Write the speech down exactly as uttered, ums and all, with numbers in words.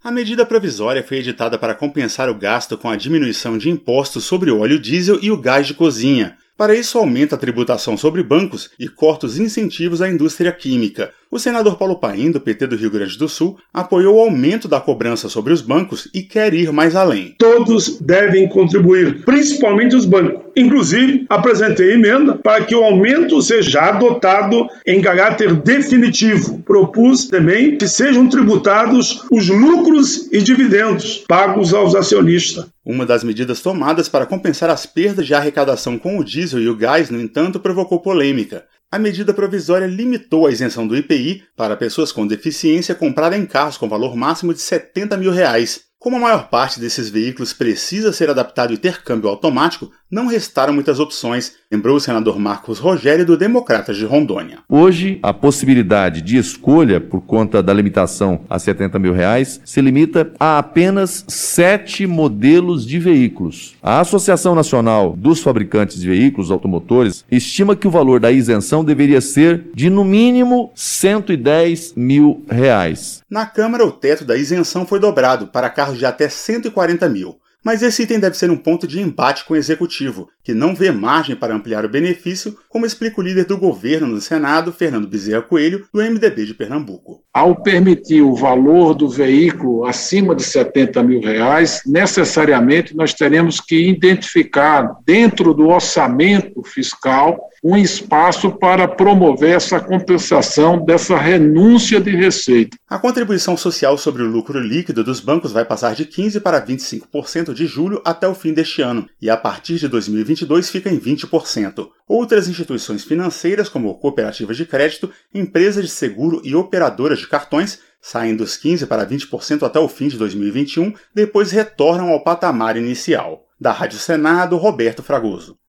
A medida provisória foi editada para compensar o gasto com a diminuição de impostos sobre o óleo diesel e o gás de cozinha. Para isso, aumenta a tributação sobre bancos e corta os incentivos à indústria química. O senador Paulo Paim, do P T do Rio Grande do Sul, apoiou o aumento da cobrança sobre os bancos e quer ir mais além. Todos devem contribuir, principalmente os bancos. Inclusive, apresentei emenda para que o aumento seja adotado em caráter definitivo. Propus também que sejam tributados os lucros e dividendos pagos aos acionistas. Uma das medidas tomadas para compensar as perdas de arrecadação com o diesel e o gás, no entanto, provocou polêmica. A medida provisória limitou a isenção do I P I para pessoas com deficiência comprarem carros com valor máximo de setenta mil reais. Como a maior parte desses veículos precisa ser adaptado e ter câmbio automático, não restaram muitas opções, lembrou o senador Marcos Rogério, do Democratas de Rondônia. Hoje, a possibilidade de escolha por conta da limitação a setenta mil reais se limita a apenas sete modelos de veículos. A Associação Nacional dos Fabricantes de Veículos Automotores estima que o valor da isenção deveria ser de, no mínimo, cento e dez mil reais. Na Câmara, o teto da isenção foi dobrado para carros de até cento e quarenta mil. Mas esse item deve ser um ponto de embate com o Executivo, que não vê margem para ampliar o benefício, como explica o líder do governo no Senado, Fernando Bezerra Coelho, do M D B de Pernambuco. Ao permitir o valor do veículo acima de setenta mil reais, necessariamente nós teremos que identificar dentro do orçamento fiscal um espaço para promover essa compensação dessa renúncia de receita. A contribuição social sobre o lucro líquido dos bancos vai passar de quinze por cento para vinte e cinco por cento de julho até o fim deste ano, e a partir de dois mil e vinte e dois fica em vinte por cento. Outras instituições financeiras, como cooperativas de crédito, empresas de seguro e operadoras de cartões, saem dos quinze por cento para vinte por cento até o fim de dois mil e vinte e um, depois retornam ao patamar inicial. Da Rádio Senado, Roberto Fragoso.